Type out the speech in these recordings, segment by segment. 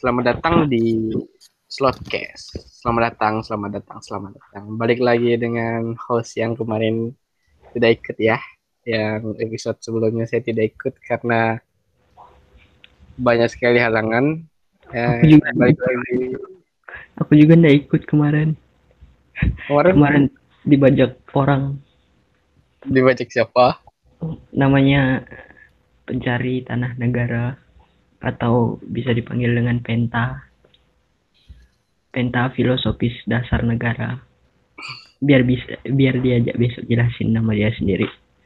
Selamat datang di Slotcast. Selamat datang. Balik lagi dengan host yang kemarin tidak ikut ya. Yang episode sebelumnya saya tidak ikut karena banyak sekali halangan. Aku juga Balik lagi aku juga nggak ikut kemarin. kemarin Kemarin dibajak orang, dibajak siapa? namanya pencari tanah negara atau bisa dipanggil dengan penta. Penta filosofis dasar negara. Biar diajak besok jelasin nama dia sendiri.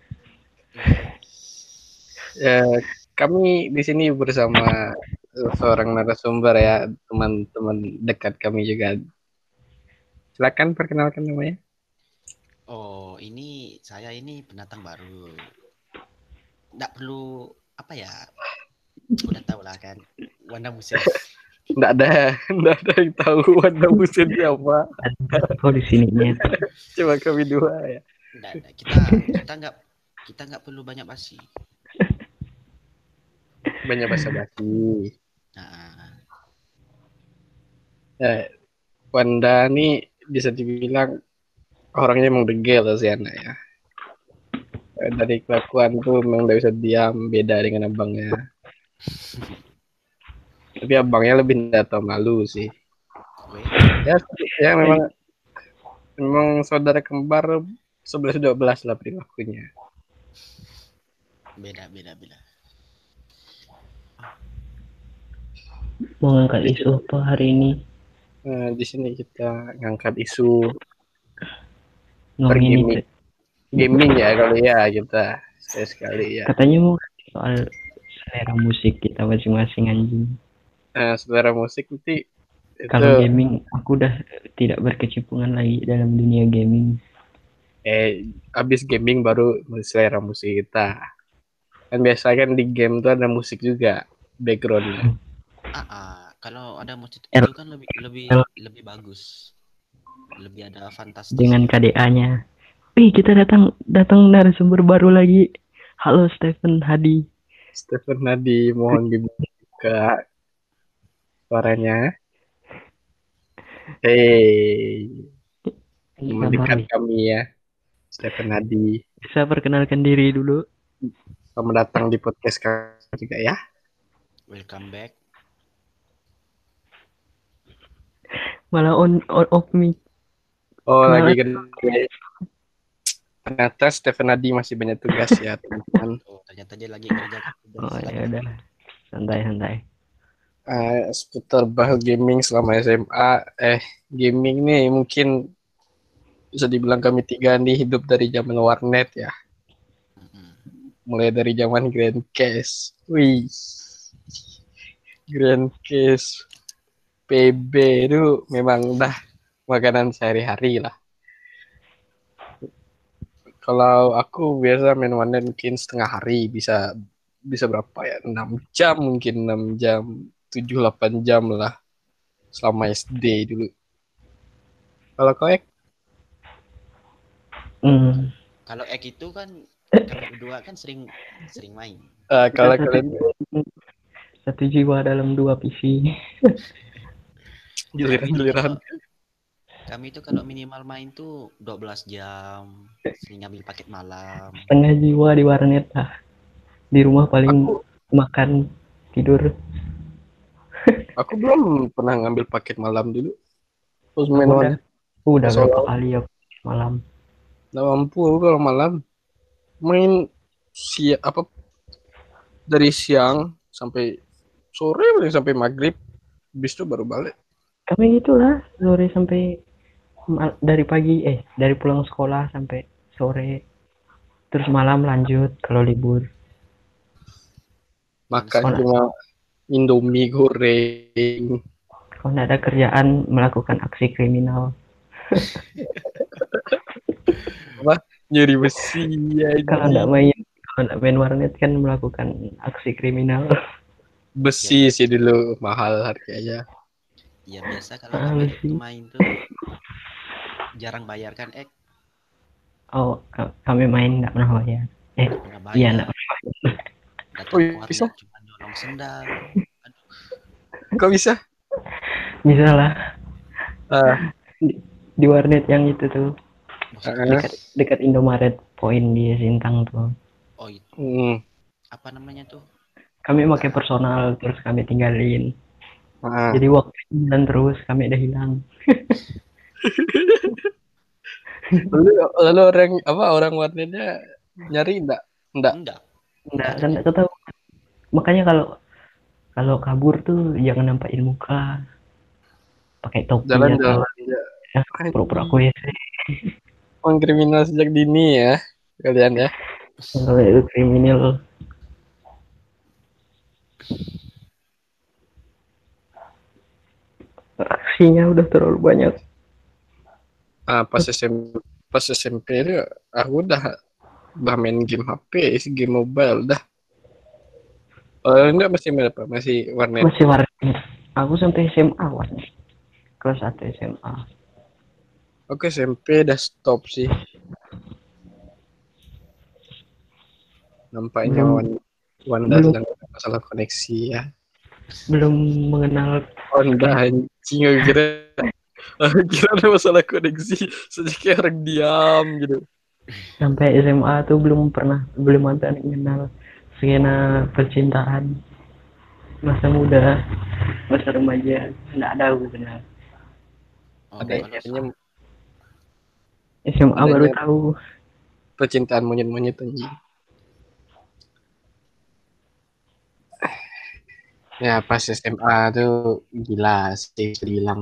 Ya, kami di sini bersama seorang narasumber ya, teman-teman dekat kami juga. Silakan perkenalkan namanya. Oh, saya ini pendatang baru. Nggak perlu apa ya? Udah tahu lah kan. Wanda Musik. Nggak ada yang tahu Wanda Musin siapa. Oh di sininya. Cuma kami dua ya. Nggak. Kita nggak perlu banyak basi. Banyak basa-basi. Nah, Wanda nih bisa dibilang orangnya emang degil sih anak ya. Dari kelakuan tuh memang nggak bisa diam, beda dengan abangnya. Tapi abangnya lebih nggak tahu malu sih. gue Ya, ya memang saudara kembar 11-12 lah perilakunya. beda. Mau ngangkat isu apa hari ini? Di sini kita ngangkat isu Ngomongin itu. gaming ya kalau ya kita sekali ya. Katanya mau soal selera musik kita masing-masing anjing. Selera musik nanti Kalau itu gaming, aku udah tidak berkecimpungan lagi dalam dunia gaming. habis gaming baru selera musik kita. Kan biasa kan di game tuh ada musik juga backgroundnya. kalau ada musik R- itu kan lebih bagus. Lebih ada fantastis. Dengan KDA-nya. Kita datang narasumber baru lagi. Halo Stephen Hadi. Stephen Nadi mohon dibuka suaranya. Mendekat kami ya, Stephen Nadi. Bisa perkenalkan diri dulu. Selamat datang di podcast kami juga ya. Welcome back. Malah on off mic. Lagi kan. Ternyata Stephen Nadi masih banyak tugas ya teman-teman. Ternyata dia lagi kerja. Ya udah, santai. Seputar bahas gaming selama SMA. Gaming nih mungkin bisa dibilang kami tiga nih hidup dari zaman warnet ya. Mulai dari zaman Grand Case. Grand Case. PB itu memang udah makanan sehari-hari lah. Kalau aku biasa main warnet mungkin setengah hari bisa berapa ya? 6 jam mungkin 6 jam 7-8 jam lah selama SD dulu. Kalau kau Kalau itu kan kami berdua kan sering main. Kalau kalian satu jiwa dalam dua PC. Giliran. Kami itu kalau minimal main tuh 12 jam, sering ngambil paket malam. Setengah jiwa di warnet lah. Di rumah paling makan, tidur. Aku belum pernah ngambil paket malam dulu. Terus main warnet. Udah berapa kali ya malam. Nggak mampu aku kalau malam. Main dari siang sampai sore sampai maghrib. Habis itu baru balik. Kami gitulah, sore sampai dari pulang sekolah sampai sore, terus malam lanjut kalau libur. Makan cuma Indomie goreng. Kalau nggak ada kerjaan melakukan aksi kriminal. Apa? Nyuri besi ya. Kalau nggak main warnet kan melakukan aksi kriminal. Besi sih dulu mahal harganya. Ya biasa kalau kami main tuh jarang bayar kan, Oh, kami main nggak pernah bayar. Iya nggak pernah bayar. Datang kuat cuma nolong sendal. Kok bisa? Bisa lah. Ah, Di warnet yang itu tuh, Maksudnya ah, dekat Indomaret Point di Sintang tuh. oh itu hmm, apa namanya tuh? Kami pakai Nah, personal terus kami tinggalin. ah. Jadi waktu jalan terus kami udah hilang. Lalu, lalu orang warnetnya nyari enggak? Enggak. enggak. Enggak, Enggak kan ternyata. enggak tahu. Makanya kalau kalau kabur tuh jangan nampakin muka, pakai topi atau Jalan-jalan aja. ya, pura-pura Anjing. kuis. Orang kriminal sejak dini ya kalian ya. Kalau itu kriminal, aksinya udah terlalu banyak. Ah, pas SMP itu aku udah main game HP, isi game mobile dah. Enggak masih main apa? Masih warnet. Masih warnet. Aku sampai SMA warnet. Kelas 1 SMA. Oke, SMP udah stop sih. Nampaknya Belum Wanda belum sedang ada masalah koneksi ya. belum mengenal Wanda kayak anjing, aku kira ada masalah koneksi. Sejak kayak orang diam gitu. sampai SMA tuh belum ada yang mengenal skena percintaan masa muda, masa remaja, nggak ada aku kenal. Oh, Ada Sampai kalau SMA, adanya SMA baru adanya tahu. percintaan monyet-monyet anjing. Ya pas SMA tuh gila sih bilang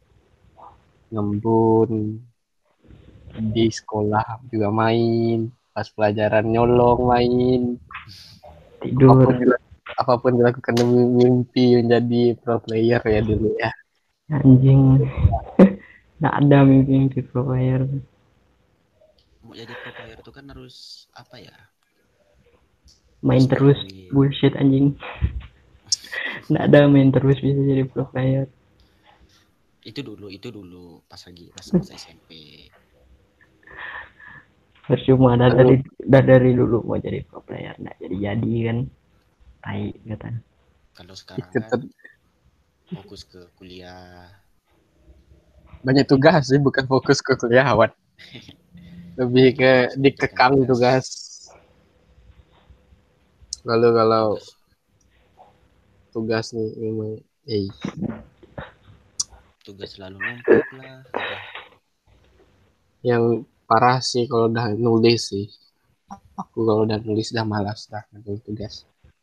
ngembun di sekolah juga main, pas pelajaran nyolong main, apapun Tidur dila- apapun dilakukan demi mimpi menjadi pro player ya dulu ya. anjing. Nggak ada mimpi pro player. mau jadi pro player itu kan harus apa ya? Main Harus terus, banyak duit. bullshit anjing. Nggak ada main terus bisa jadi pro player. Itu dulu pas masa SMP. Percuma dah Lalu dari dulu mau jadi pro player nggak jadi kan. Tai kata. Kalau sekarang itu kan fokus ke kuliah. banyak tugas sih, bukan fokus ke kuliah awan, lebih Itu ke harus mengerjakan dikekang tugas. tugas. Lalu kalau Tugas tugas nih memang tugas selalu numpuk lah aja. yang parah sih kalau udah nulis sih. Aku kalau udah nulis udah malas dah ngerjain tugas.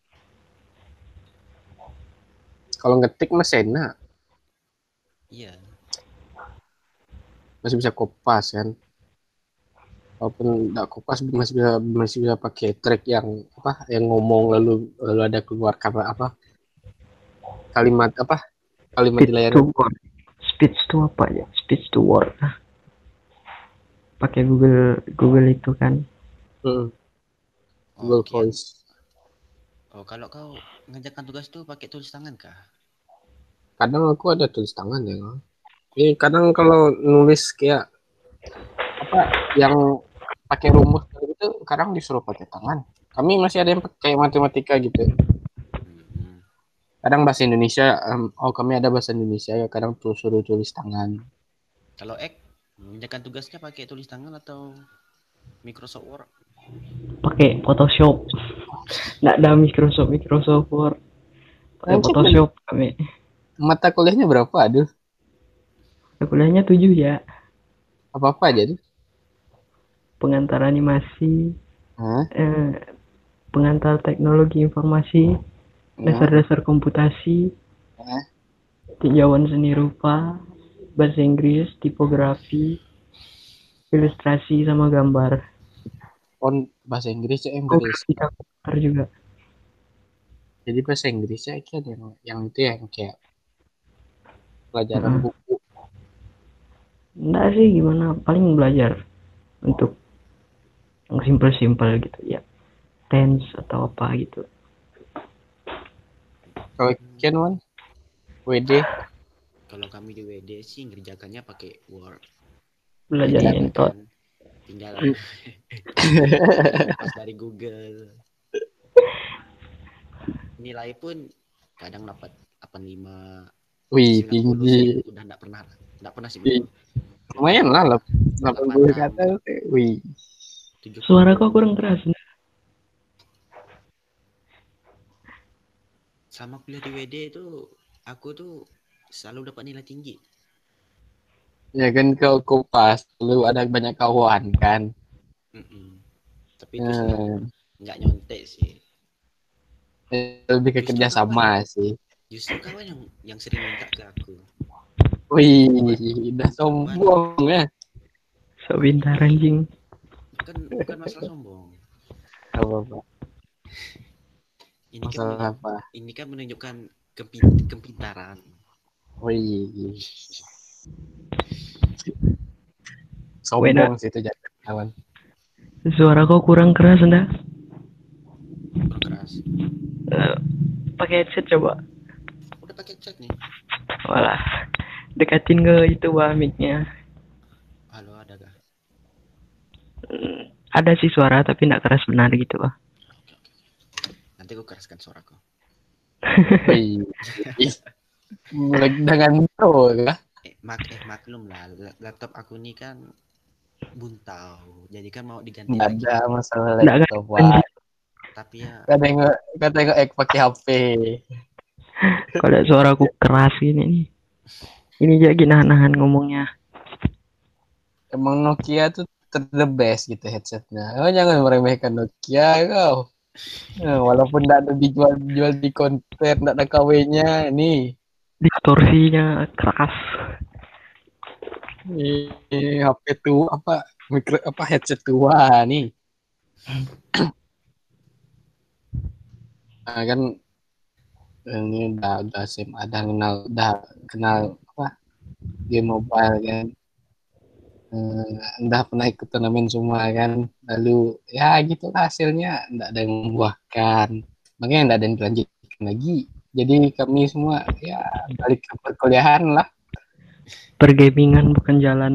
Kalau ngetik mas enak, Iya, masih bisa kopas kan. Walaupun nggak kopas masih bisa pakai track yang apa, yang ngomong lalu ada keluar kata apa, kalimat apa, kalimat di Speech layar. to word. Speech to apa ya? Speech to word. Pakai Google itu kan. Hmm, oh Google kian. Voice. Oh kalau kau ngerjakan tugas tuh pakai tulis tangan kah? Kadang aku ada tulis tangan ya. Ini kadang kalau nulis kayak apa yang pakai rumus gitu, kadang disuruh pakai tangan. Kami masih ada yang pakai matematika gitu. Hmm. Kadang bahasa Indonesia, oh kami ada bahasa Indonesia ya, kadang tuh suruh tulis tangan. Kalau mengerjakan tugasnya pakai tulis tangan atau Microsoft Word? Pakai Photoshop. Nggak ada Microsoft Word. Pakai Anjir, Photoshop kami. mata kuliahnya berapa? Aduh, Kuliahnya 7 ya. apa-apa aja tuh. Pengantar animasi, Hah? eh, pengantar teknologi informasi, Hah? dasar-dasar komputasi, Hah? tinjauan seni rupa, bahasa Inggris, tipografi, ilustrasi sama gambar. On bahasa Inggris ya Oh, Inggris. grafika komputer juga. Jadi bahasa Inggrisnya kan yang itu ya, yang kayak pelajaran Heeh. buku. Enggak sih gimana, paling belajar untuk yang simple-simple gitu ya. Tense atau apa gitu. Kalau kian man, WD, Kalau kami di WD sih ngerjakannya pakai Word. Belajar Jadi enak ngentot. kan? Tinggal Hmm. tinggal kopas dari Google. Nilai pun kadang dapat 85, Wih, 90 tinggi. sih udah enggak pernah sih Wih, bro. lumayan lah, 80 ke 86, atas. Wih, Suara kau 70. kurang keras. Sama kuliah di WD itu aku tuh selalu dapat nilai tinggi. ya kan kau kopas, lu ada banyak kawan kan. Mm-mm. Tapi itu sih Hmm, nggak nyontek sih. lebih ke Justru kerja kawan, sama sih. justru kawan yang sering minta ke aku. Wih, Bukan, udah bukan, sombong ya. So pintar ini anjing. bukan masalah sombong. Apa-apa. Ini kan Masalah apa? ini kan menunjukkan kepintaran. Wih, Weda, sombong sih itu jangan kawan. suara kau kurang keras ndak? Kurang keras. Eh, pakai headset coba. Udah pakai chat nih. Walah, dekatin ke itu mic-nya. Halo, ada gak? Ada sih suara tapi nggak keras benar gitu lah. Oke, oke. Nanti gue keraskan suaraku. Wih, mulai dengan itu ya. Maklum lah, laptop aku ini kan buntau. Jadi kan mau diganti Nggak lagi. ada masalah Nggak laptop, kan Wak. Tapi ya Kata ek pakai HP. kalau suaraku keras ini nih. Ini jadi nahan-nahan ngomongnya. Emang Nokia tuh the best gitu headsetnya. Oh, jangan meremehkan Nokia kau. Walaupun nggak ada dijual di konter, nggak ada KW-nya, nih. Distorsinya keras. Ini HP tuh apa headset tua nih. Nah, kan ini udah SMA udah kenal apa game mobile kan. Udah pernah ikut turnamen semua kan. Lalu ya gitu hasilnya nggak ada yang membuahkan. Makanya nggak ada yang dilanjutkan lagi. Jadi kami semua ya balik ke perkuliahan lah. Pergamingan bukan jalan.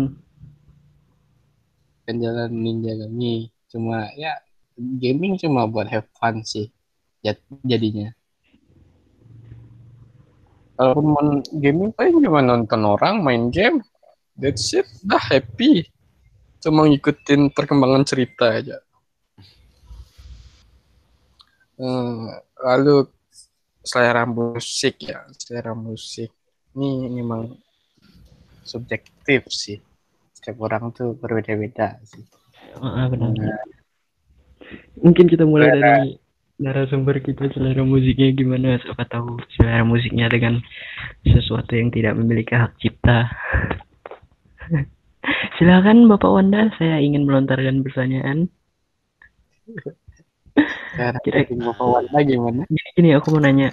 Kan jalan ninja kami. Cuma ya gaming cuma buat have fun sih. Jadinya. Kalau mau gaming paling cuma nonton orang main game. That's it. Dah happy. Cuma ngikutin perkembangan cerita aja. Lalu selera musik ini memang subjektif sih, setiap orang tuh berbeda-beda sih. Benar. Mungkin kita mulai Selera, dari narasumber kita, selera musiknya gimana, siapa tahu selera musiknya dengan sesuatu yang tidak memiliki hak cipta. Silakan Bapak Wanda, saya ingin melontarkan pertanyaan. Kira musik Bapak Wanda gimana? gini aku mau nanya,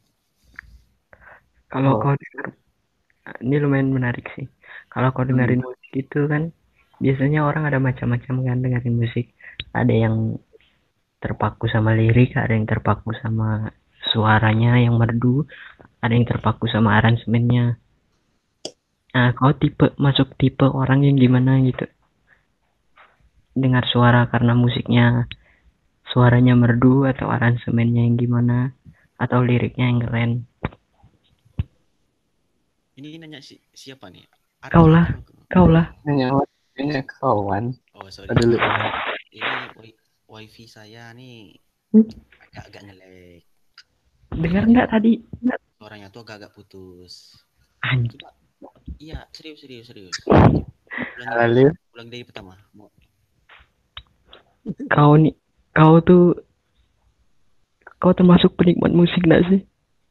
kalau Oh, kau dengar, ini lumayan menarik sih. Kalau kau dengerin musik itu kan biasanya orang ada macam-macam kan dengerin musik. Ada yang terpaku sama lirik, ada yang terpaku sama suaranya yang merdu, ada yang terpaku sama aransemennya. Nah, kau masuk tipe orang yang gimana gitu? Dengar suara karena suaranya merdu, atau aransemennya yang gimana, atau liriknya yang keren? ini nanya siapa nih? Kau lah, kau lah. Nanya kawan. Oh, sorry. Dulu. Ini wifi saya nih agak ngelek. Dengar nggak tadi? Suaranya tuh agak putus. Anjir. Coba. Iya, serius. Lalu Ulang dari pertama. Kau nih, kau termasuk penikmat musik nggak sih?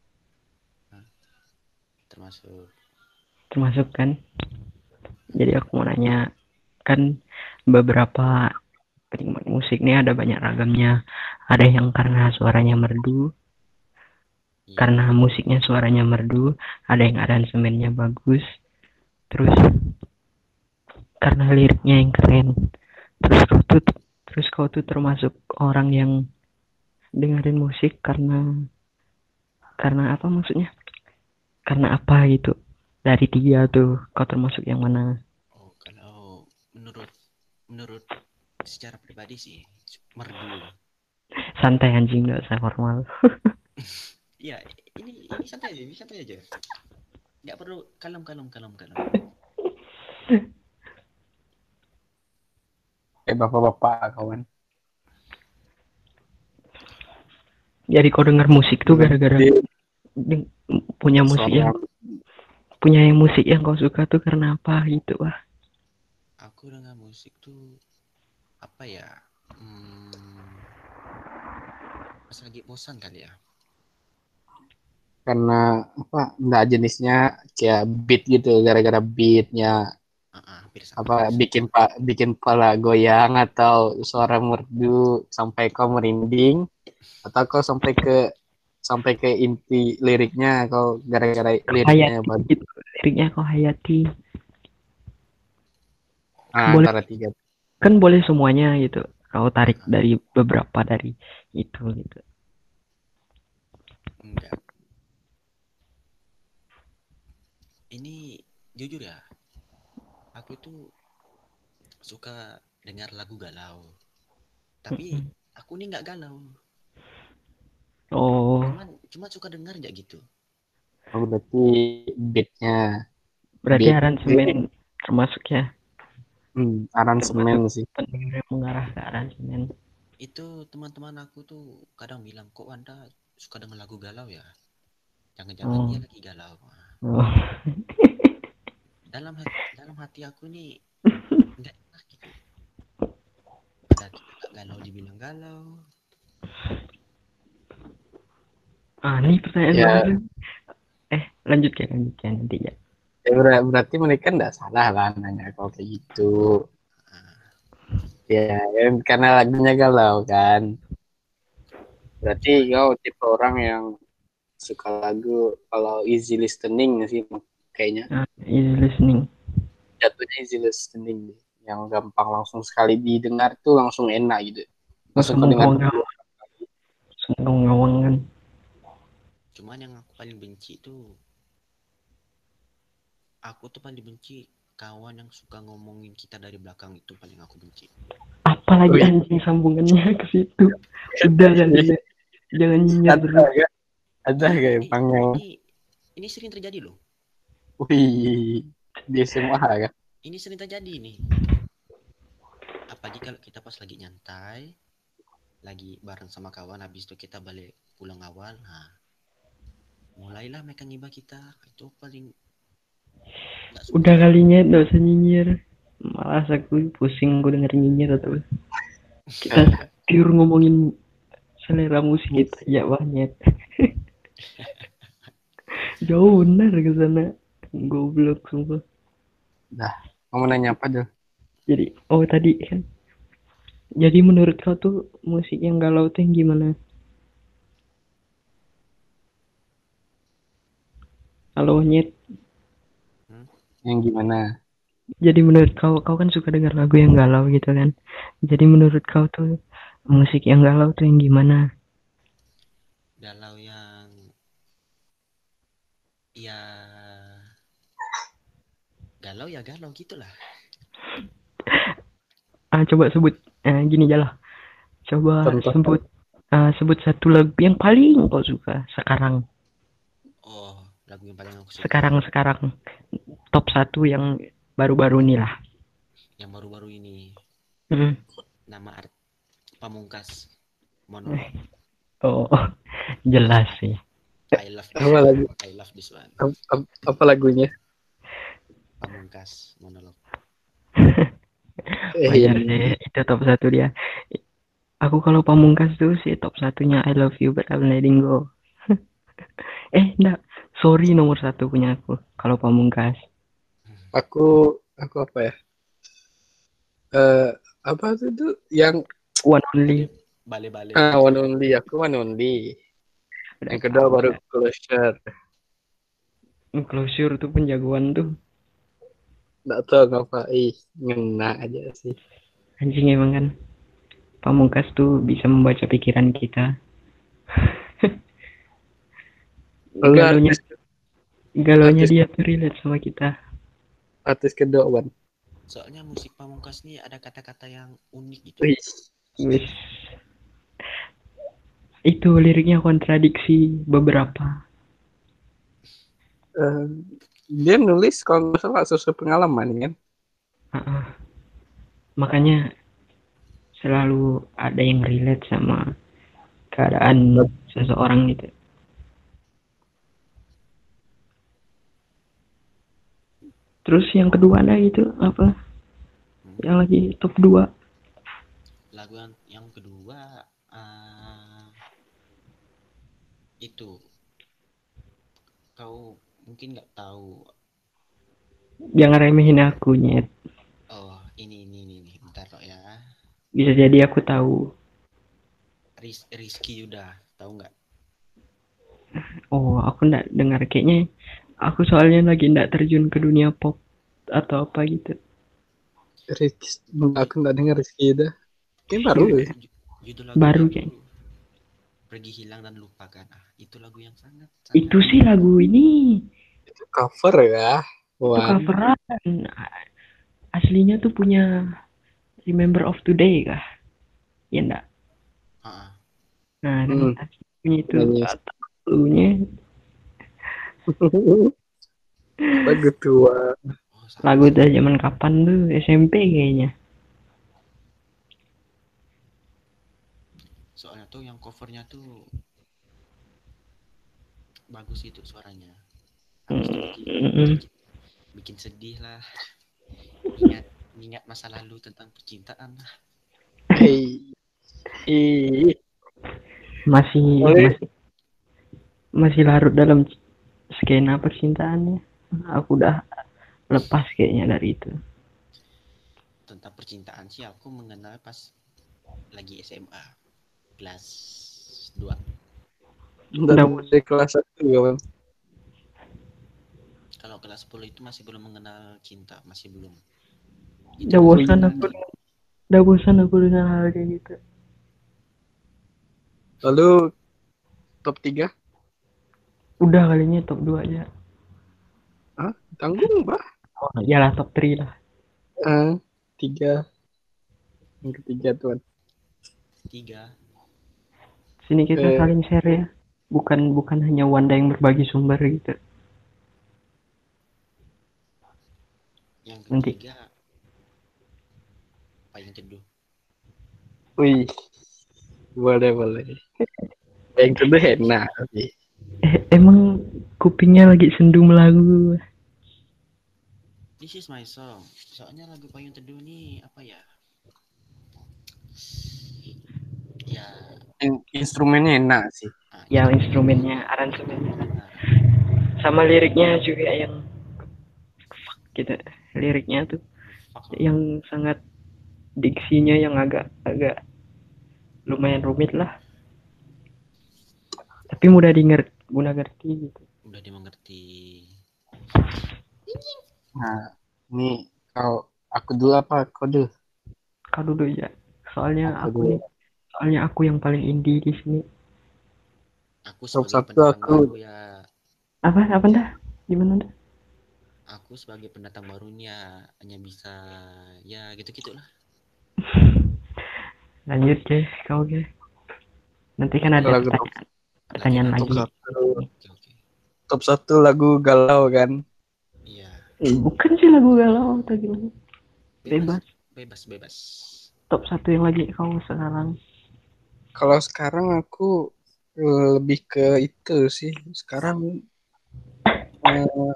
Termasuk kan? Jadi aku mau nanya, kan beberapa penikmat musik nih ada banyak ragamnya. Ada yang karena suaranya merdu, karena musiknya suaranya merdu, ada yang aransemennya bagus, terus karena liriknya yang keren. Terus kau tuh termasuk orang yang dengerin musik karena apa maksudnya? Karena apa gitu? Dari tiga tuh, kau termasuk yang mana? Oh, kalau menurut secara pribadi sih merdu. Santai anjing, nggak usah formal. Iya, ini santai aja. Nggak perlu kalem. Bapak-bapak kawan. Jadi kau dengar musik tuh gara-gara punya musik Suara yang musik yang kau suka tuh karena apa gitu wah. Aku dengan musik tuh apa ya? Pas lagi bosan kali ya. karena apa? Enggak jenisnya kayak beat gitu, gara-gara beatnya Hampir sama. apa bikin kepala goyang atau suara merdu sampai kau merinding atau kau sampai ke inti liriknya kau gara-gara liriknya Hayati bagus. gitu. Liriknya kau hayati. Boleh Antara tiga. kan boleh semuanya gitu. Kau tarik dari beberapa dari itu gitu. Enggak. Ini jujur ya. Aku tuh suka dengar lagu galau. Tapi aku nih nggak galau. Oh, Cuma suka dengar aja gitu. Oh, berarti beatnya berarti beat aransemen termasuk ya. aransemen Termasuk sih. pendengar mengarah ke aransemen. Itu teman-teman aku tuh kadang bilang, kok Anda suka dengan lagu galau ya? Jangan-jangan dia Oh. lagi galau. Oh. Dalam hati aku nih nggak enak gitu. Padahal kita nggak galau dibilang galau. Ini pertanyaan Ya, bagus. Lanjut nanti ya. berarti mereka enggak salah lah nanya kalau kayak gitu. Nah, Ya, karena lagunya galau kan. Berarti cuman kau tipe orang yang suka lagu kalau easy listening sih kayaknya. Easy listening. Jatuhnya easy listening deh. Yang gampang langsung sekali didengar tuh langsung enak gitu. Langsung kau Langsung dengar ngawang kan. cuman yang aku paling benci tuh, aku tuh paling benci kawan yang suka ngomongin kita dari belakang, itu paling aku benci. Apalagi Wih, anjing sambungannya ke situ. Udah kali ya. Jangan nyinyir ada terus. gak? Ada Iya, gak yang panggil? ini sering terjadi loh. Wih, di SMA kan? Ini sering terjadi nih. Apalagi kalau kita pas lagi nyantai, lagi bareng sama kawan, habis itu kita balik pulang awal, nah mulailah mereka ngibah kita. Itu paling nggak Udah suka. kalinya gak usah nyinyir. Malas aku pusing gue denger nyinyir terus. Kita pure ngomongin selera musik kita ya banyak. Jauh bener ke sana. Goblok sumpah. Dah, kamu nanya apa tuh? Jadi, tadi kan. Jadi menurut kau tuh musik yang galau tuh yang gimana? Halo Nyet. Yang gimana? Jadi menurut kau kan suka dengar lagu yang galau gitu kan. Jadi menurut kau tuh musik yang galau tuh yang gimana? Galau yang ya galau gitulah. Coba sebut gini aja lah. Coba Contoh. sebut satu lagu yang paling kau suka sekarang. Oh, lagu yang paling aku suka Sekarang top satu yang baru-baru ini lah. yang baru-baru ini, Hmm. nama Pamungkas, Monolog. Oh, jelas sih. I love this Apa one. lagu? I love this one. Apa lagunya? Pamungkas, Monolog. Wajar Ini sih, itu top satu dia. Aku kalau Pamungkas tuh sih top satunya I Love You But I'm Letting Go. Enggak. Sorry nomor satu punya aku. Kalau Pamungkas. aku apa ya? Eh apa tuh yang One Bale, Only. bale one gitu. only aku one only. Udah Yang kedua tahu baru dah. closure. Closure tuh penjagoan tuh. Nggak tahu ngapa, ngena aja sih. Anjing emang kan. Pamungkas tuh bisa membaca pikiran kita. Lalu Galonya, galonya artis dia tuh relate sama kita. artis kedua Wan. Soalnya musik Pamungkas nih ada kata-kata yang unik gitu. Wih, Wis. Itu liriknya kontradiksi beberapa. Eh, dia nulis kalau nggak salah sesuai pengalaman kan. Ah, makanya selalu ada yang relate sama keadaan seseorang gitu. Terus yang kedua ada itu apa? Yang lagi top 2. Lagu yang kedua itu kau mungkin nggak tahu. Jangan remehin aku, Nyet. Oh, ini bentar kok ya. Bisa jadi aku tahu. Rizky udah tahu nggak? Oh, aku nggak dengar kayaknya. Aku soalnya lagi nggak terjun ke dunia pop atau apa gitu. Rizky, aku nggak dengar Rizky dah. Kayak baru ya. Judul Baru lagunya kayaknya. tuh Pergi Hilang dan Lupakan. Itu lagu yang sangat Itu sangat sih lagu ini. Itu cover ya. Itu Wan. coveran. Aslinya tuh punya Remember of Today kah? Ya enggak. ah, Nah, kan Hmm, aslinya itu nyanyi. lagunya Lagu tua. oh salah lagu salah. dari zaman kapan tuh? SMP kayaknya. Soalnya tuh yang covernya tuh bagus itu suaranya. Habis itu Mm-mm. bikin bikin sedih lah. Ingat ingat masa lalu tentang percintaan lah. Hei. Ih. Masih Boleh. masih masih larut dalam skena percintaannya. Aku udah lepas kayaknya dari itu. Tentang percintaan sih aku mengenal pas lagi SMA kelas 2. Udah Dari kelas 1 kawan. Kalau kelas 10 itu masih belum mengenal cinta, masih belum. Itu udah masih bosan Wih. aku mendaki. udah bosan aku dengan hal kayak gitu. Lalu top 3. Udah kalinya top 2 aja. Hah? Tanggung bah. Oh, iyalah top 3 lah. Ah, 3. Yang ketiga tuan. 3. Sini kita Eh, saling share ya. Bukan bukan hanya Wanda yang berbagi sumber gitu. Yang Nanti ketiga Payung Teduh. wih, boleh boleh. Yang kedua enak. Oke. emang kupingnya lagi sendu lagu. This is my song. Soalnya lagu Payung Teduh nih apa ya? Ya, Instrumennya enak sih. Yang instrumennya instrumennya, enak, aransemennya. benar. Sama liriknya juga yang gitu. Liriknya tuh Fuck lah. yang sangat diksinya yang agak agak lumayan rumit lah. Tapi mudah ngerti gitu. Udah dimengerti. Nah, ini kalau aku dulu apa kau dulu? Kau dulu ya. Soalnya Aku aku dulu. nih, soalnya aku yang paling indie di sini. Aku Top sebagai satu pendatang aku. baru ya, Apa ya. dah? Gimana dah? Aku sebagai pendatang baru nih ya hanya bisa ya gitu-gitulah. Lanjut deh, kau deh. Nanti kan ada Lagu top, Lanjut pertanyaan aku. top lagi. satu. Oke, oke. Top satu lagu galau kan. Iya, Bukan sih lagu galau atau gimana? bebas, Bebas. bebas, bebas. Top satu yang lagi kau sekarang. Kalau sekarang aku lebih ke itu sih. Sekarang eh,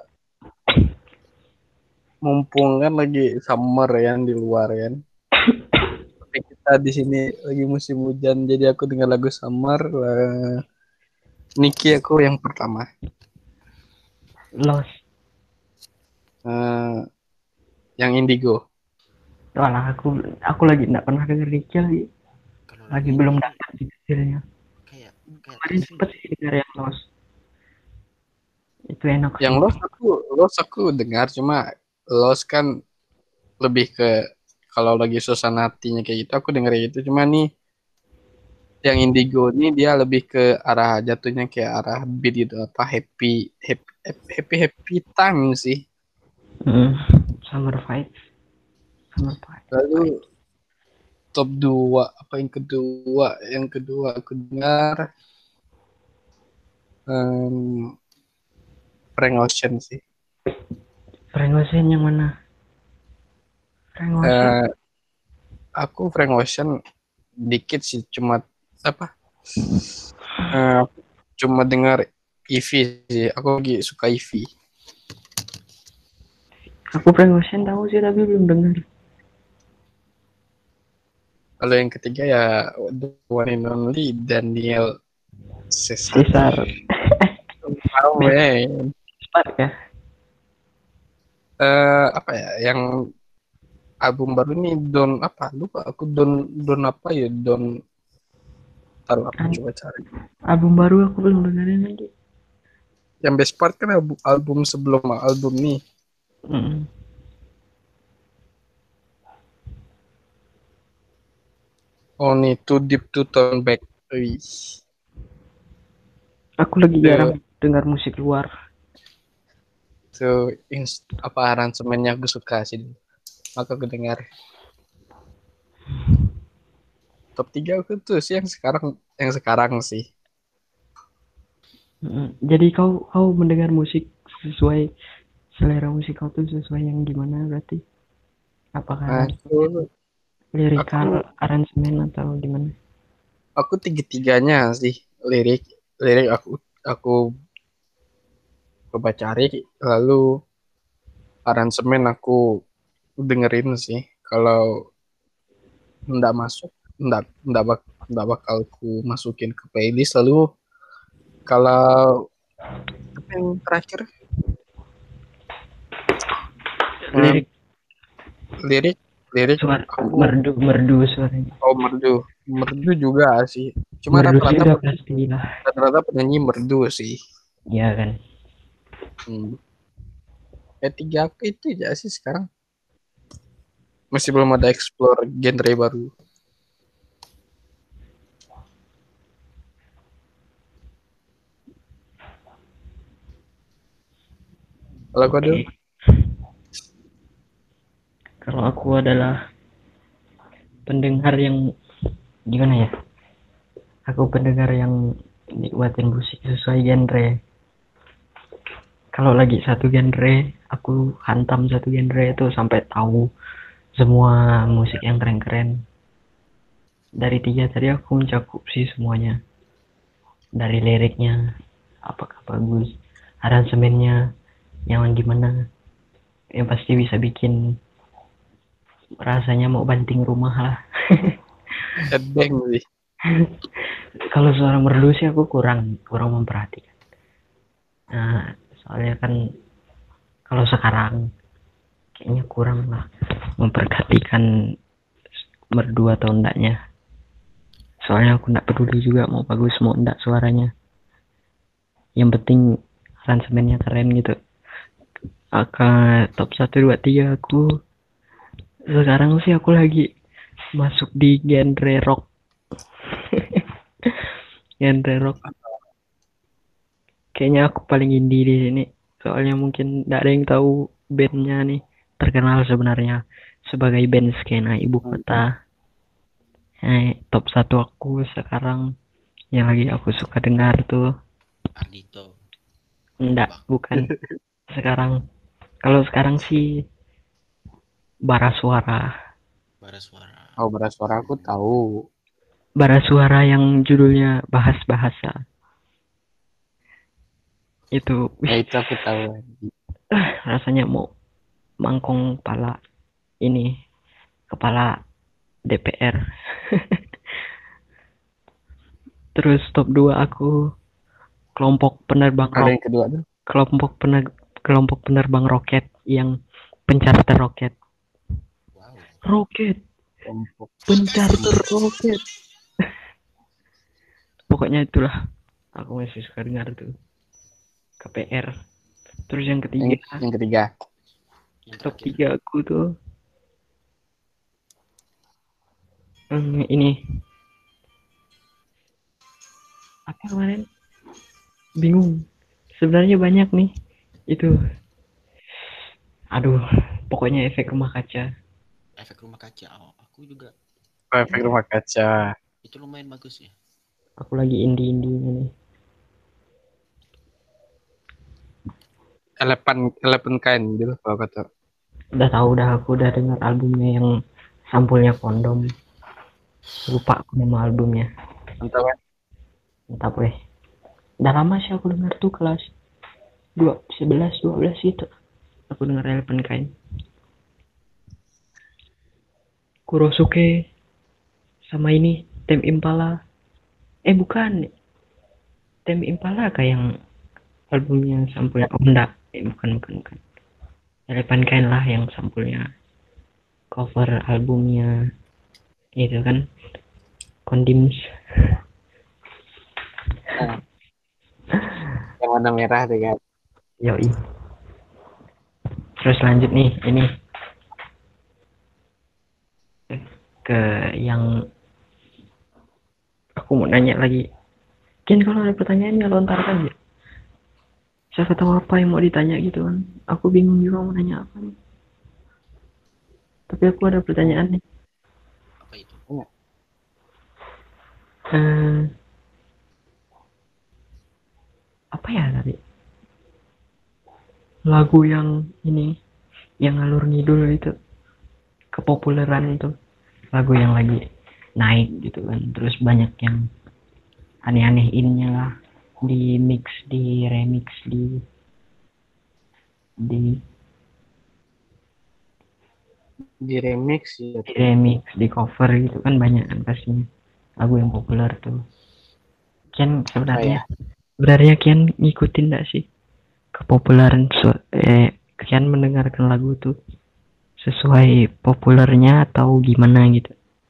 mumpung kan lagi summer kan di luar kan. Tapi kita di sini lagi musim hujan, jadi aku dengar lagu summer. Niki aku yang pertama. Lost. Eh, yang Indigo. Walah, aku lagi nggak pernah denger Rachel lagi. Kalau lagu Lagi belum Indigo dapat di detailnya. kayak kayak Kemarin asing sempet tuh. sih denger yang Lost. Itu enak Yang sih. Lost aku dengar, cuma Lost kan lebih ke kalau lagi suasana hatinya kayak gitu aku denger gitu. Cuma nih yang Indigo nih dia lebih ke arah jatuhnya kayak arah beat gitu, apa happy time sih. Hmm. Summer Fight. Summer Fight. Lalu top 2 apa yang kedua aku dengar Frank Ocean sih. Frank Ocean yang mana? Frank Ocean. Aku Frank Ocean dikit sih, cuma apa cuma dengar Ivy sih, aku lagi suka Ivy. Aku Frank Ocean tahu sih tapi belum dengar. Kalau yang ketiga ya the one and only Daniel Caesar. Cesar. Tahu Spark ya. Apa ya yang album baru nih, Don apa lupa aku, Don apa ya, Don, taruh aku coba cari. Album baru aku belum dengerin lagi. Yang best part kan album sebelum album nih. Oh nih, Too Deep to Turn Back. Wih. Aku lagi jarang dengar musik luar. Tuh apa aransemennya aku suka sih, maka aku dengar. Top 3 aku tuh sih yang sekarang sih. Jadi kau mendengar musik sesuai selera musik kau tuh sesuai yang gimana berarti? Apakah lirikal, aransemen atau gimana? Aku tiga-tiganya sih, lirik aku coba cari, lalu aransemen aku dengerin sih. Kalau nggak masuk, nggak bakal ku masukin ke playlist. Lalu kalau apa yang terakhir, lirik suara aku merdu suaranya. merdu juga sih. Cuma Merdu sih udah pasti lah. rata-rata penyanyi merdu sih. Iya kan. Ya 3 aku itu aja sih sekarang. Masih belum ada explore genre baru. Kalau kau dulu? Kalau aku adalah pendengar yang gimana ya? Aku pendengar yang nikmatin musik sesuai genre. Kalau lagi satu genre, aku hantam satu genre itu sampai tahu semua musik yang keren-keren. Dari 3 tadi aku mencakup sih semuanya. Dari liriknya, apakah bagus, aransemennya, yang gimana, yang pasti bisa bikin rasanya mau banting rumah lah. Headbang sih. Kalau suara merdu sih aku kurang memperhatikan. Nah, soalnya kan kalau sekarang kayaknya kurang lah memperhatikan merdu atau enggaknya. Soalnya aku enggak peduli juga mau bagus mau enggak suaranya. Yang penting aransemennya keren gitu. Top 1, 2, 3 aku sekarang sih aku lagi masuk di genre rock. Genre rock. Kayaknya aku paling indie di sini. Soalnya mungkin enggak ada yang tahu bandnya nih. Terkenal sebenarnya sebagai band skena ibu kota. Top 1 aku sekarang yang lagi aku suka dengar tuh Ardito. enggak, bukan. Kalau sekarang sih Barasuara. Oh, Barasuara aku tahu. Barasuara yang judulnya Bahas Bahasa. Itu Aku tahu. rasanya mau mangkong kepala DPR. Terus top 2 aku kelompok penerbang yang kedua tuh? Kelompok penerbang roket yang pencarter roket. Wow. Roket. Pencarter roket. Pokoknya itulah. Aku masih suka dengar tuh. KPR. Terus yang ketiga. Top 3 aku tuh ini apa kemarin? Bingung. Sebenarnya banyak nih. Itu. Aduh, pokoknya efek rumah kaca. Oh, aku juga. efek rumah kaca. Itu lumayan bagus ya. Aku lagi indie-indienya nih. Eleven Kind gitu kalau kata. Aku udah dengar albumnya yang sampulnya kondom. Lupa aku nama albumnya. Mantap kan? Entah weh. Udah lama sih aku dengar tuh kelas 11 12 gitu. Aku dengar Eleven Kind. Kurosuke sama ini Tame Impala. Bukan. Tame Impala kayak yang albumnya sampulnya enggak. Bukan. Eleven Kind lah yang sampulnya cover albumnya itu kan Condims. Nah, yang warna merah tuh kan. Yoi. Terus lanjut nih ini ke yang aku mau nanya lagi. Kan kalau ada pertanyaan ya lontarkan ya. Siapa tahu apa yang mau ditanya gitu kan. Aku bingung juga mau nanya apa nih. Tapi aku ada pertanyaan nih. Apa itu? Apa ya tadi? Lagu yang ini, yang ngalur ngidul itu, kepopuleran itu, lagu yang lagi naik gitu kan. Terus banyak yang aneh-aneh innya lah, di mix, di remix, di remix ya. di remix, di cover gitu kan banyak kan pastinya lagu yang populer tuh. Kian sebenarnya Kian ngikutin gak sih kepopuleran Kian mendengarkan lagu tuh sesuai populernya atau gimana gitu?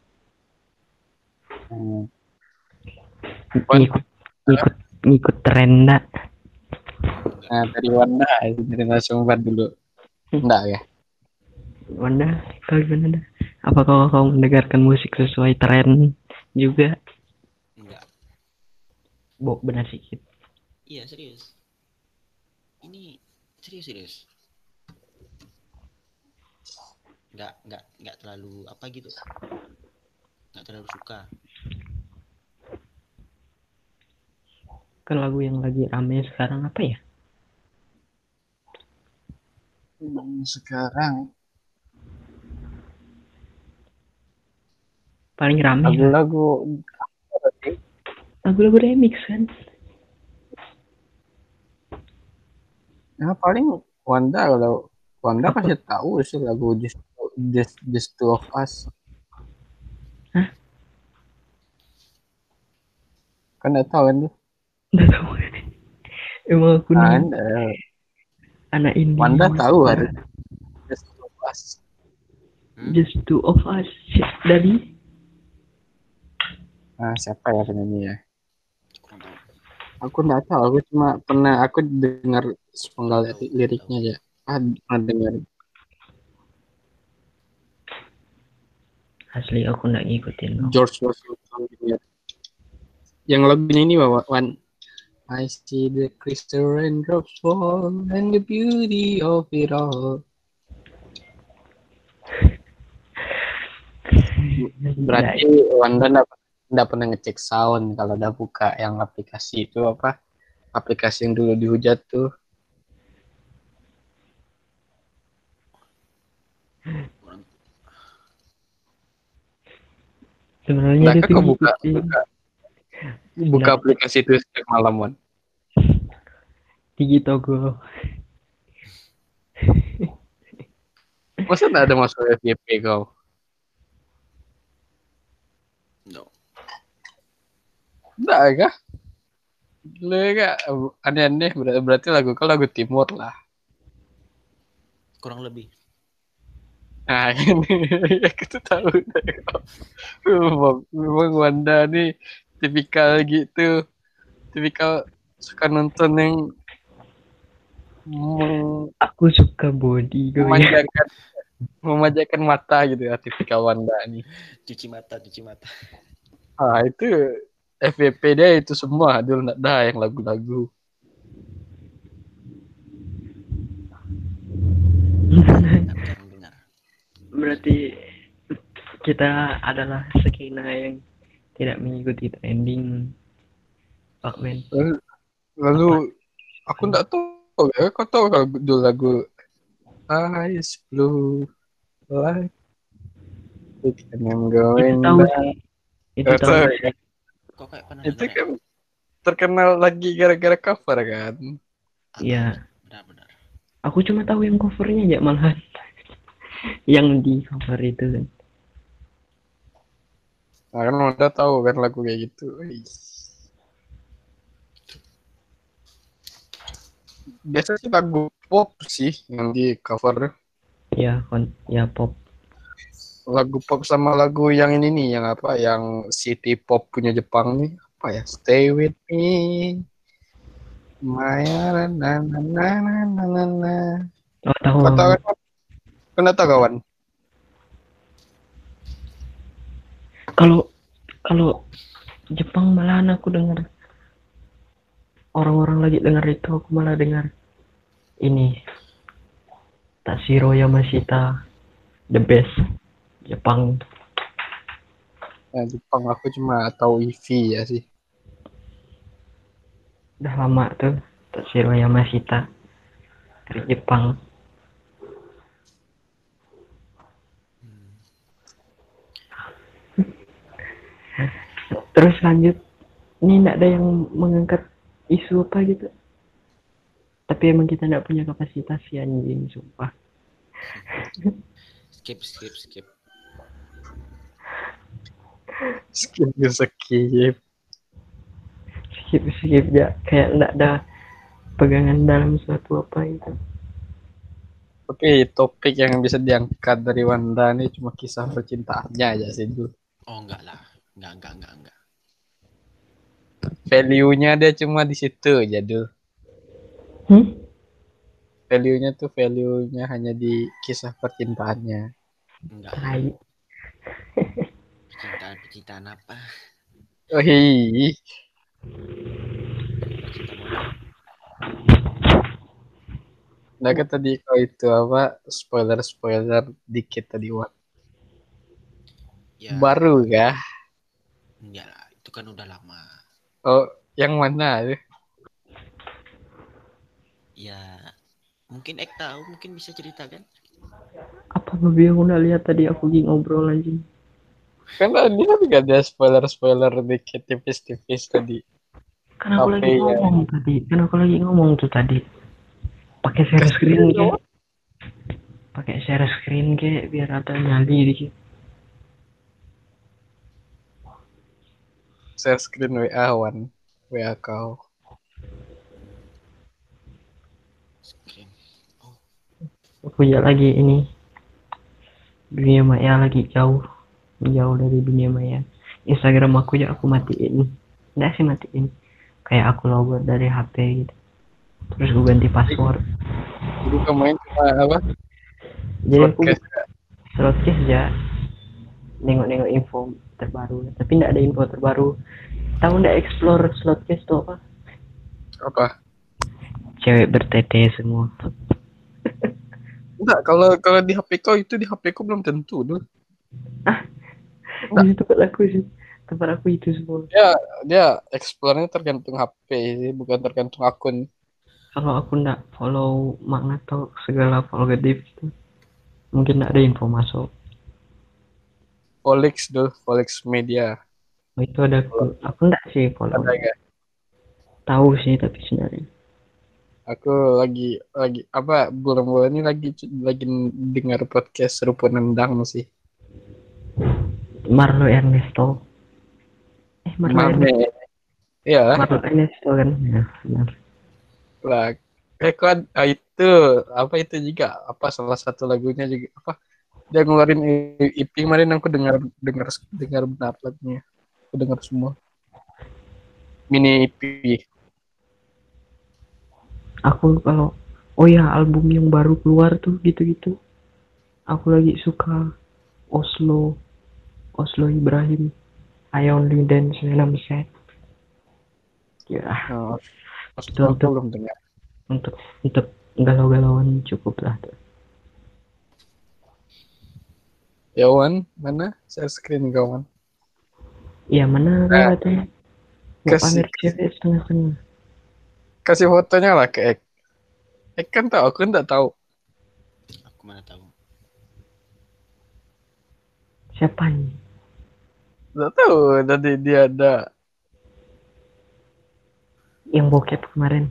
Ngikut tren enggak? Nah, dari Wanda dari narasumber dulu. Enggak ya? Wanda, kau gimana dah? Apakah kau mendengarkan musik sesuai tren juga? Enggak. Benar sedikit. Iya, serius. Ini serius. Enggak terlalu apa gitu. Enggak terlalu suka. Kan lagu yang lagi rame sekarang apa ya? Sekarang Paling rame lagu-lagu remix kan. Ya paling Wanda kalau Wanda pasti tahu sih lagu Just Two of Us. Hah? Kan enggak tahu kan tuh. Nggak tahu. Emang aku nih anak indie. Wanda tahu harus Just Two of Us. Just Two of Us dari Siapa ya penyanyi ya? Aku nggak tahu, aku cuma aku dengar sepenggal liriknya aja. Pernah dengar. asli aku nggak ngikutin. George Washington Jr. Yang lagunya ini Wan. I see the crystal raindrops fall and the beauty of it all. Berarti Wanda nggak pernah ngecek sound kalau udah buka yang aplikasi itu apa? Aplikasi yang dulu dihujat tuh. Sebenarnya dia tuh buka aplikasi itu setiap malam, Wan. Tinggi Togo. Masa nggak ada masuk FYP kau? No. Nggak kah? Lu kak aneh-aneh berarti lagu kau lagu timur lah. Kurang lebih. Nah ini aku tahu. Memang Wanda nih tipikal gitu, tipikal suka nonton yang aku suka body memanjakan mata gitu ya, tipikal Wanda nih. Cuci mata. Itu FVP dia itu semua dulu nggak ada yang lagu-lagu. Jarang dengar. Berarti kita adalah skena yang tidak mengikuti trending, Pak Men. Lalu aku nggak tahu ya, kau tahu kalau judul lagu Eyes Blue Like It and I'm Itu going tahu down. sih, itu tahu Tahu sih. kan? Kok kayak pernah Itu dengar ya? kan terkenal lagi gara-gara cover kan. Iya, Benar-benar. aku cuma tahu yang covernya aja malahan. Yang di cover itu kan. Nah, kan udah tahu kan lagu kayak gitu. Wih. Biasa sih lagu pop sih yang di cover. Ya, ya pop. Lagu pop sama lagu yang ini nih, yang apa? Yang city pop punya Jepang nih. Apa ya? Stay with me. Maya na na na na na na na. Oh, tahu Kau tahu aku. kan? Kau nggak tahu kawan? Kalau kalau Jepang malahan aku dengar orang-orang lagi dengar itu, aku malah dengar ini Tashiro Yamashita, the best Jepang. Nah, Jepang aku cuma tahu Eevee ya sih. Udah lama tuh Tashiro Yamashita dari Jepang. Terus lanjut, ini tidak ada yang mengangkat isu apa gitu. Tapi emang kita tidak punya kapasitas sih anjing, sumpah. Skip. Skip skip. Skip ya, kayak tidak ada pegangan dalam suatu apa itu. Oke, topik yang bisa diangkat dari Wanda ini cuma kisah percintaannya aja sih dulu. Oh enggak lah. Enggak. Value-nya dia cuma di situ aja dulu. Value-nya hanya di kisah percintaannya. Enggak lah. Tai. Percintaan apa? Oh hi. Cinta bodoh. Nah kan tadi kau itu apa spoiler dikit tadi Wan. Ya, Baru kah? enggak lah. Itu kan udah lama. Oh, yang mana tuh? Ya, mungkin Ek tahu, mungkin bisa ceritakan. Apa babi aku nggak lihat tadi, aku lagi ngobrol anjing. Karena dia juga ada spoiler dikit tipis-tipis tadi. Kan aku lagi HP ya. ngomong tadi, kan aku lagi ngomong tuh tadi. Pakai share Kasih screen dulu. ke, pakai share screen ke biar ada nyali dikit. Share screen WA Wan. WA kau. Screen. Oh, Aku ya lagi ini, dunia maya lagi jauh dari dunia maya. Instagram aku ya aku matiin, nggak sih matiin, kayak aku logout dari HP gitu, terus gue ganti password. Dulu kemarin cuma apa? Jadi aku Podcast. broadcast ya, nengok-nengok info terbaru, tapi nggak ada info terbaru. Tahu nggak explore slotcast tuh apa? Apa? Cewek bertete semua. Enggak, kalau di HP kau itu di HP kau belum tentu dulu. Di tempat aku sih, tempat aku itu semua. Dia explore-nya tergantung HP sih, bukan tergantung akun. Kalau aku nggak follow Magna atau segala followatif itu, mungkin nggak ada info masuk. Volix Media. Oh, itu ada aku nggak sih follow. Ada nggak? Tahu sih tapi sebenarnya. Aku lagi apa bulan-bulan ini lagi dengar podcast Rupo Nendang sih. Marlo Ernesto. Marlo Mame. Ernesto. Iya Marlo Ernesto kan. Ya, benar. lah. Kan itu apa itu juga apa salah satu lagunya juga apa dia ngeluarin EP kemarin aku dengar benar lagunya. Aku dengar semua. Mini EP. Aku kalau oh ya album yang baru keluar tuh gitu-gitu. Aku lagi suka Oslo Ibrahim. I only dance when I'm sad. Ya, Oh, itu aku belum dengar. untuk galau-galauan cukup lah tuh. Ya Wan, mana share screen kawan? Ya mana kau Eh, katanya mau kasih pamer cewek setengah-setengah. kasih fotonya lah ke Ek. Ek kan tahu, aku nggak tahu. Aku mana tahu. Siapa nih? Nggak tahu tadi dia ada. Yang bokep kemarin.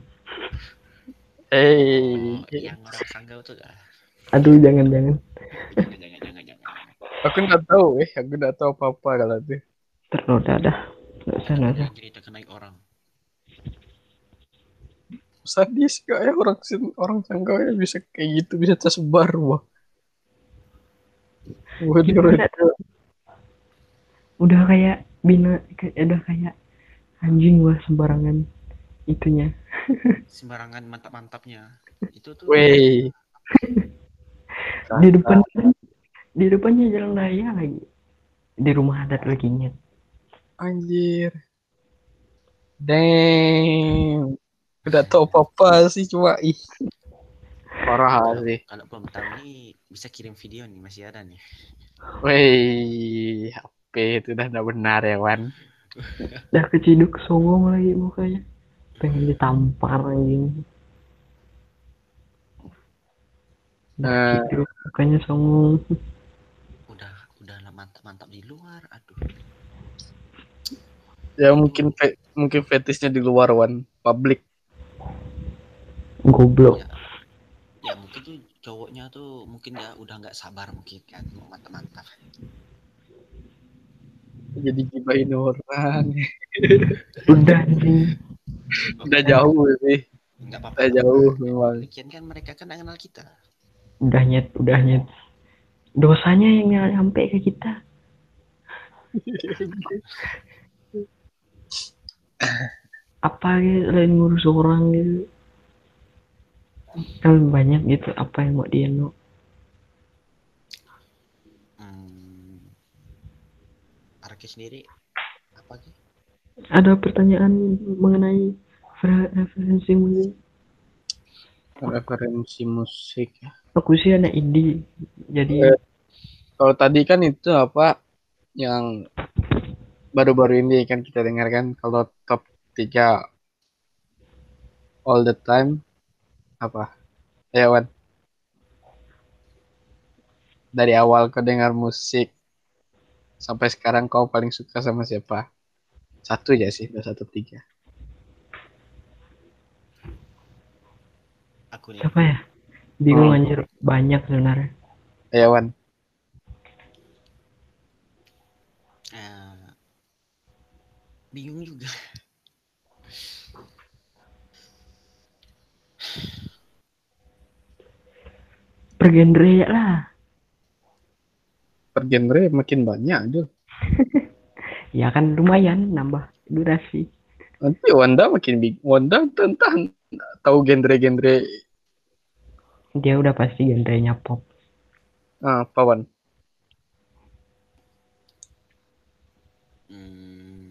Oh, Eh, yang orang Sanggau tuh kah? Aduh jangan-jangan. Jangan. aku nggak tahu. Aku nggak tahu apa-apa kalau itu. Ternoda dah. Nggak usah, Jangan nggak dulu usah. yang cerita ke naik orang. Sadis gak ya orang Sanggau ya bisa kayak gitu bisa tersebar wah. Waduh, Gimana tuh? Udah kayak udah kayak anjing wah sembarangan itunya. Sembarangan mantap-mantapnya. Itu tuh weh, Di depan kakak, di depannya jalan raya lagi. Di rumah adat lagi nya. anjir, damn, udah tahu apa-apa sih cuma parah kalau sih. kalau belum tahu nih bisa kirim video nih masih ada nih. Weh, HP itu udah benar ya Wan. Udah keciduk songong lagi mukanya. Pengen ditampar anjing. Udah Eh, ciduk mukanya songong. Udah lah mantap-mantap di luar. Aduh. ya Itu mungkin fetishnya di luar Wan, publik. Goblok. ya ya mungkin tuh cowoknya tuh mungkin ya udah nggak sabar mungkin kan mau mantap-mantap. Jadi gibahin orang. Udah anjing. Udah Oke lah, jauh sih, nggak apa-apa udah nggak apa-apa. jauh memang. Lagian kan mereka kan nggak kenal kita. Udah nyet, udah nyet. Dosanya yang nyampe ke kita. Apa gitu lain ngurus orang gitu. Kan banyak gitu apa yang mau dia no. Hmm, Arki sendiri apa sih? Ada pertanyaan mengenai referensi musik. Referensi musik ya. Aku sih anak indie. Jadi Eh, kalau tadi kan itu apa yang baru-baru ini kan kita dengarkan kalau top 3 all the time apa? Ya Wan, dari awal kau dengar musik sampai sekarang kau paling suka sama siapa? Satu ya sih, udah satu tiga. Aku nih. siapa ya? Bingung Hmm. anjir. Banyak sebenarnya. Ya Wan, eh, Bingung juga. Per genre ya lah. per genre makin banyak aduh. Ya kan lumayan nambah durasi. Nanti Wanda makin big. Wanda tentang tahu genre-genre Dia udah pasti genrenya pop. apa Wan? Hmm,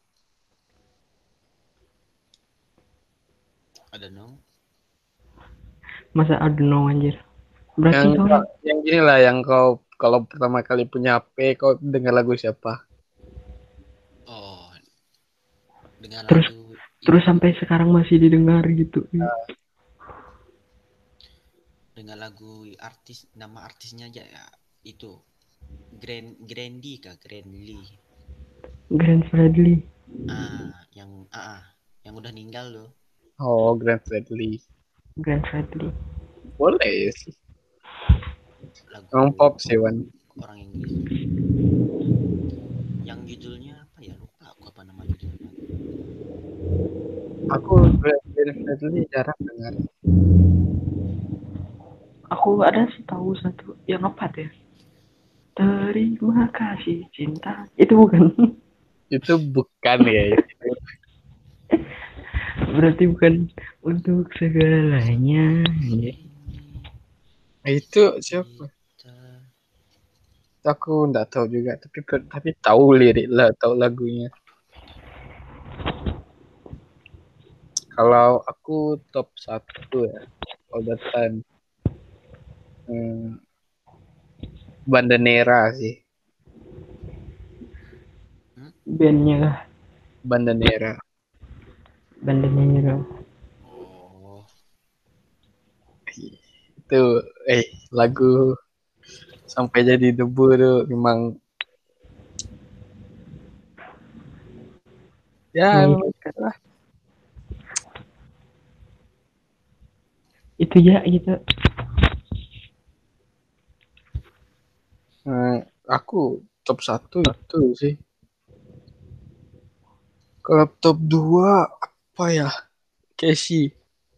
I don't know. Masa aduh anjir. Yang Berarti kau yang gini lah yang kau kalau pertama kali punya HP kau dengar lagu siapa? Oh, dengan terus lagu terus itu, sampai sekarang masih didengar gitu. dengan lagu artis nama artisnya aja ya itu Grandi kah Grandly. Grand Fredly. Yang udah meninggal loh. Oh, Grand Fredly. Grand Fredly. Boleh sih. Lagu Emang pop sih Wan. orang Inggris yang judulnya apa ya, lupa aku apa nama judulnya. Aku Grand Fredly jarang dengar. Aku ada sih tahu satu yang apa ya, terima kasih cinta itu bukan. Itu bukan ya itu. Berarti bukan untuk segalanya ya. Itu siapa? Kita Aku nggak tahu juga tapi tahu lirik lah, tahu lagunya. Kalau aku top satu ya all the time. Hmm, Bandanera sih. Bandnya kah? Bandanera. Bandanera. Oh, Itu lagu sampai jadi debu tuh memang ya Nah, memang lah. itu ya gitu. Aku top 1 itu sih. Kalau top 2 apa ya? Casey.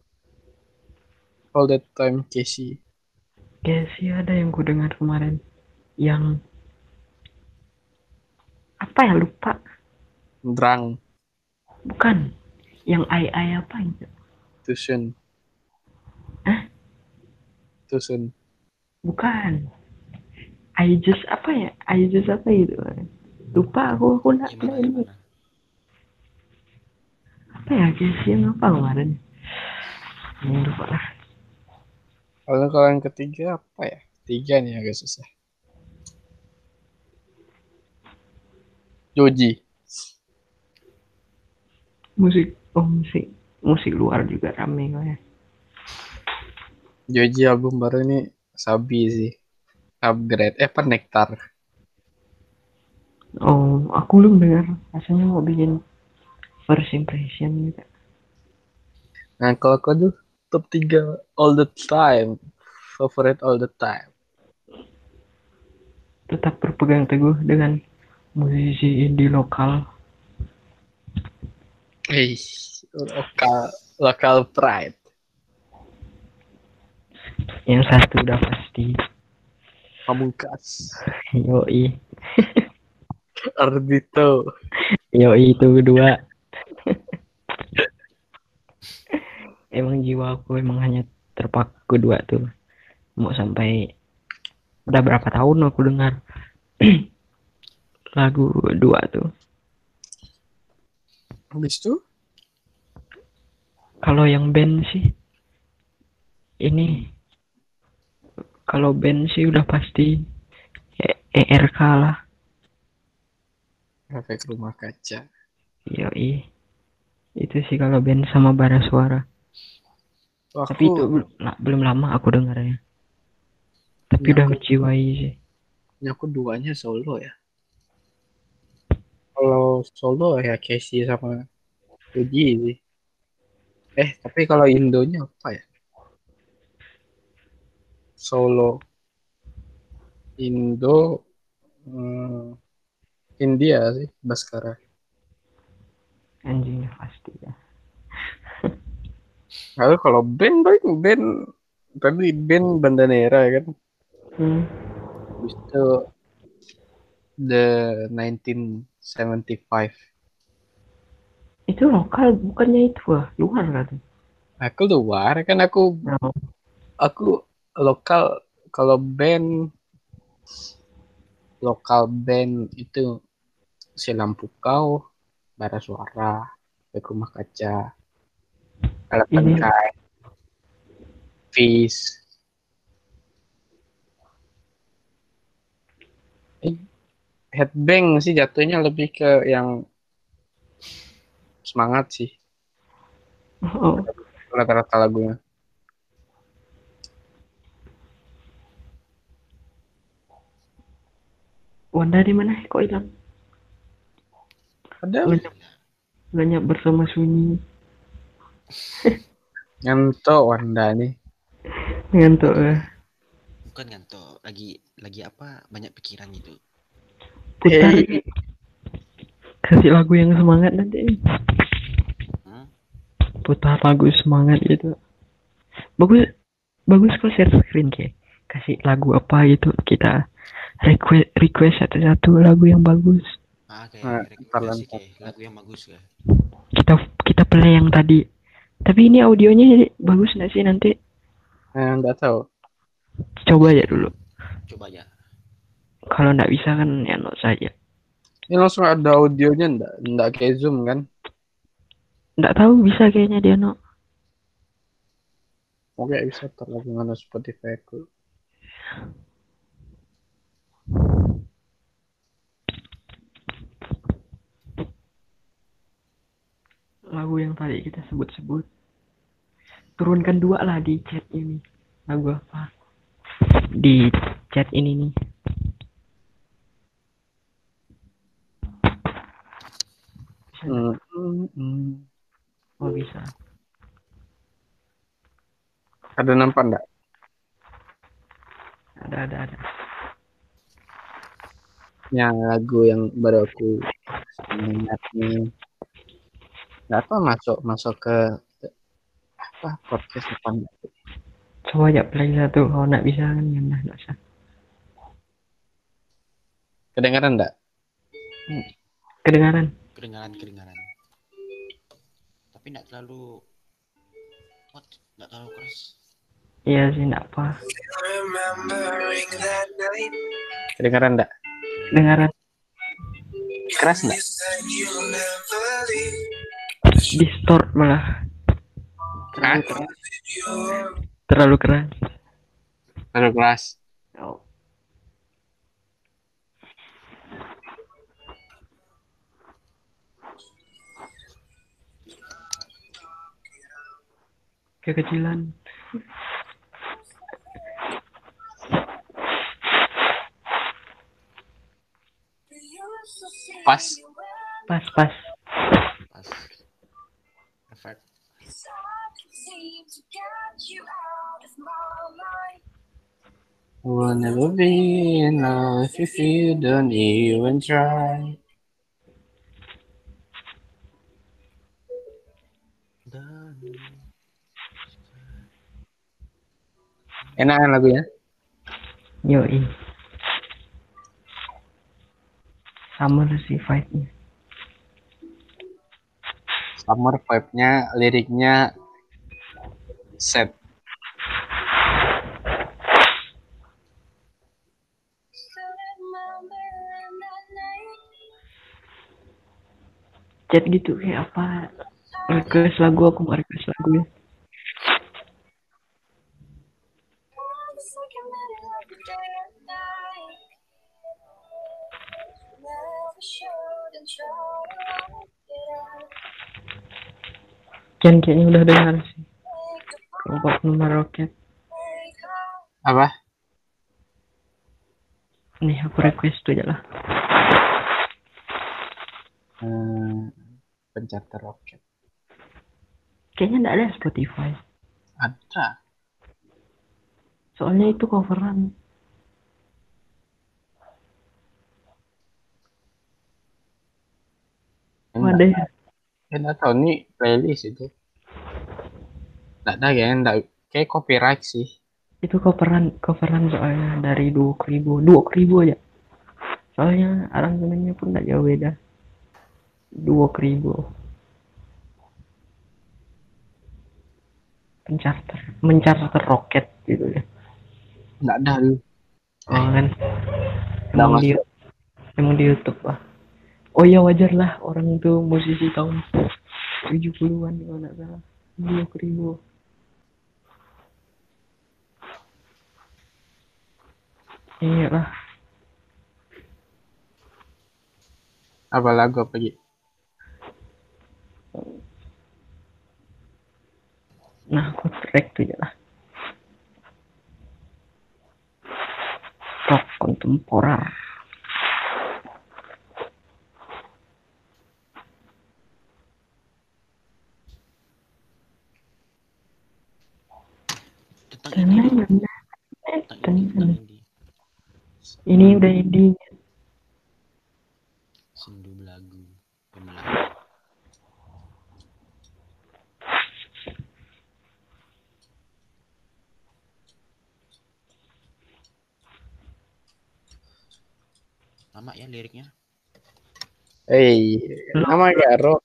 All that time Casey. Kayak sih ada yang ku dengar kemarin. Yang apa ya lupa. Drang. Bukan. Yang ai apa itu? Tusun. Hah? Tusun. Bukan. I just apa ya? I just apa itu? Lupa aku nak gimana ini. gimana? Apa ya Casey yang apa kemarin? Lupa lah. Kalau yang ketiga apa ya? Tiga nih agak susah. Joji. Musik luar juga rame kok ya. Joji album baru ini Sabi sih. Upgrade. Apa Nektar. Oh, aku belum dengar. Rasanya mau bikin first impression gitu. Nah kalau kau tuh top 3 all the time. Favorite all the time. Tetap berpegang teguh dengan musisi indie lokal. Lokal pride. Yang satu udah pasti. Pamungkas. Yoi. Ardito. Yoi itu kedua. Emang jiwa aku emang hanya terpaku dua tuh. Mau sampai udah berapa tahun aku dengar lagu dua tuh. Habis itu Kalau yang band sih ini kalau band sih udah pasti ERK lah. Efek Rumah Kaca. Yoi. Itu sih kalau band sama bara suara. Tapi itu belum lama aku dengarnya. Tapi udah menjiwai sih. Aku duanya solo ya. Kalau solo ya Casey sama Joji sih. Tapi kalau Indonya apa ya? Solo Indo India sih Baskara. Anjingnya pasti ya. Lalu kalau band tadi band Bandanera ya kan. Habis itu The 1975. Itu lokal bukannya itu luar kan? Aku luar kan aku lokal. Kalau lokal band itu si Lampu Kau, Bara Suara, Efek Rumah Kaca, Elephant Ini Kind, Fish. Headbang sih jatuhnya lebih ke yang semangat sih oh, rata-rata lagunya. Wanda di mana? Kok hilang? Ada Lenyap bersama sunyi. ngantuk Wanda nih. Ngantuk Bukan ngantuk, lagi apa? Banyak pikiran gitu. putar kasih lagu yang semangat nanti. Putar lagu semangat gitu. Bagus kok share screen kayak kasih lagu apa gitu kita request satu-satu lagu yang bagus. Kayak rekomendasi kayak lagu yang bagus ya. Kita play yang tadi. Tapi ini audionya bagus nggak sih nanti? Nggak tahu. Coba aja dulu. Coba aja. Kalau nggak bisa kan ya not saja. Ini langsung ada audionya nggak kayak Zoom kan? Nggak tahu bisa kayaknya dia no. Oke bisa terlalu mana Spotify aku. lagu yang tadi kita sebut-sebut. Turunkan 2 lah di chat ini. Lagu apa? Di chat ini nih. Bisa nggak? Oh bisa. Ada nampak enggak? Ada. Yang lagu yang baru aku ingat nih. Nggak tahu masuk ke apa podcast apa enggak. Coba aja play satu. Kalau nggak bisa kan ya nggak usah. Kedengaran enggak? Kedengaran? Kedengaran. Tapi nggak terlalu nggak terlalu keras. Iya sih nggak apa. Kedengaran enggak? Kedengaran. Keras enggak? Distort malah. Hah? Terlalu keras. Terlalu keras. Oh. Kekecilan. Pas. Pas. Perfect. Will never be in love if you don't even try. Enak kan lagunya? Yoi. Sama sih vibe-nya. Summer vibe-nya, liriknya set. Chat gitu kayak apa? Request lagu aku mau request lagu ya. Kian kayaknya udah dengar sih. Kelompok nomor roket. Apa? Nih aku request tuh aja lah. Pencapta roket. Kayaknya nggak ada Spotify. Ada. Soalnya itu coveran. Ada ya? Enggak tahu nih playlist itu. Enggak ada ya, enggak kayak copyright sih. Itu coveran soalnya dari 20.000 aja. Soalnya aransemennya pun nggak jauh beda. 20.000. Mencarter roket gitu ya. Enggak ada lu. Oh kan. Enggak masuk. Emang di YouTube lah. Oh ya wajar lah orang tuh musisi tahun 70-an kalau nggak salah. 20.000. Iya lah. Apa lagu apa gitu? Nah aku track tuh ya lah. Rock kontemporer. Tentang indie. Ini udah indie. Sendu belagu. Pemelagu. Lama ya liriknya. Nama Garok.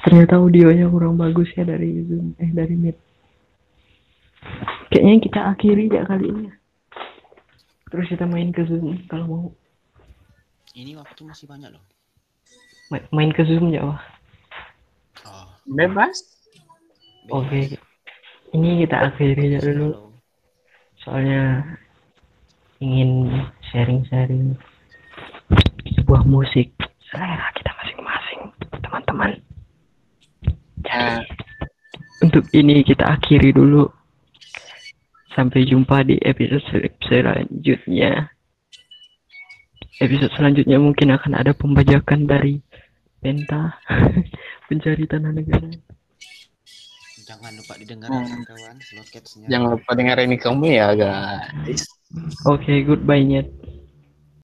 Ternyata audionya kurang bagus ya dari Zoom, dari Meet. Kayaknya kita akhiri ya kali ini. Terus kita main ke Zoom kalau mau. Ini waktu masih banyak loh. Main ke Zoom ya, Wah. Oh, Bebas. Oke. Ini kita akhiri aja dulu. Halo. Soalnya ingin sharing-sharing sebuah musik selera kita masing-masing, teman-teman. Jadi, untuk ini kita akhiri dulu. Sampai jumpa di episode selanjutnya. Episode selanjutnya mungkin akan ada pembajakan dari Penta, pencari tanah negara. Jangan lupa didengar ya kawan-kawan, Slotcats-nya. Jangan lupa dengerin kamu ya guys. Oke, goodbye Nyet.